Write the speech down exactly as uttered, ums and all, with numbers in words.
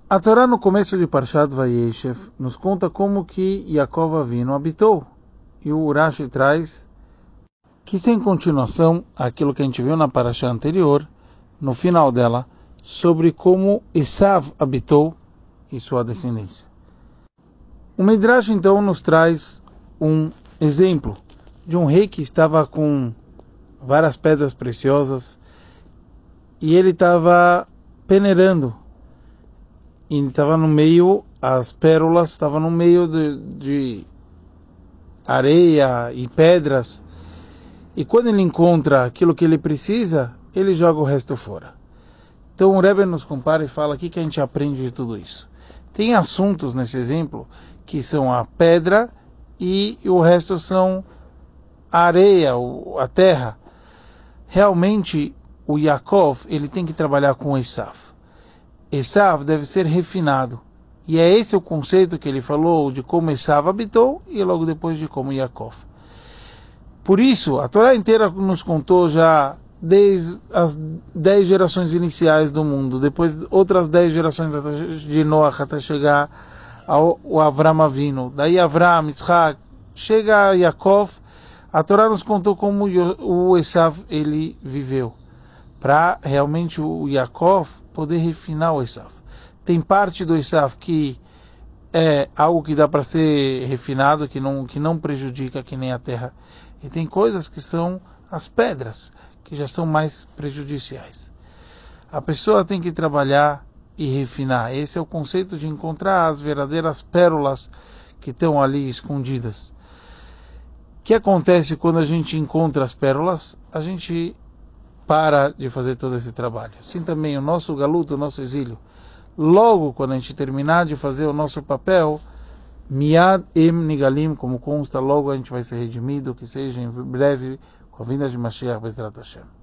A Torá, no começo de Parshat Vayeshev, nos conta como que Yaakov Avinu habitou. E o Urashi traz que isso é em continuação aquilo que a gente viu na Parashá anterior, no final dela, sobre como Esav habitou e sua descendência. O Midrash então nos traz um exemplo de um rei que estava com várias pedras preciosas e ele estava peneirando. E estava no meio, as pérolas estavam no meio de, de areia e pedras. E quando ele encontra aquilo que ele precisa, ele joga o resto fora. Então o Rebbe nos compara e fala o que a gente aprende de tudo isso. Tem assuntos nesse exemplo que são a pedra e o resto são a areia, a terra. Realmente o Yaakov ele tem que trabalhar com Esav. Esav deve ser refinado. E é esse o conceito que ele falou de como Esav habitou e logo depois de como Yaakov. Por isso, a Torá inteira nos contou já desde as dez gerações iniciais do mundo, depois outras dez gerações de Noach até chegar ao, ao Avram Avinu. Daí Avram, Yitzhak, chega a Yaakov, a Torá nos contou como o Esav ele viveu. Para realmente o Yaakov poder refinar o Esav. Tem parte do Esav que é algo que dá para ser refinado, que não, que não prejudica que nem a terra. E tem coisas que são as pedras, que já são mais prejudiciais. A pessoa tem que trabalhar e refinar. Esse é o conceito de encontrar as verdadeiras pérolas que estão ali escondidas. O que acontece quando a gente encontra as pérolas? A gente para de fazer todo esse trabalho. Assim também o nosso galuto, o nosso exílio. Logo, quando a gente terminar de fazer o nosso papel, Miad em Nigalim, como consta, logo a gente vai ser redimido, que seja em breve, com a vinda de Mashiach Bezrat Hashem.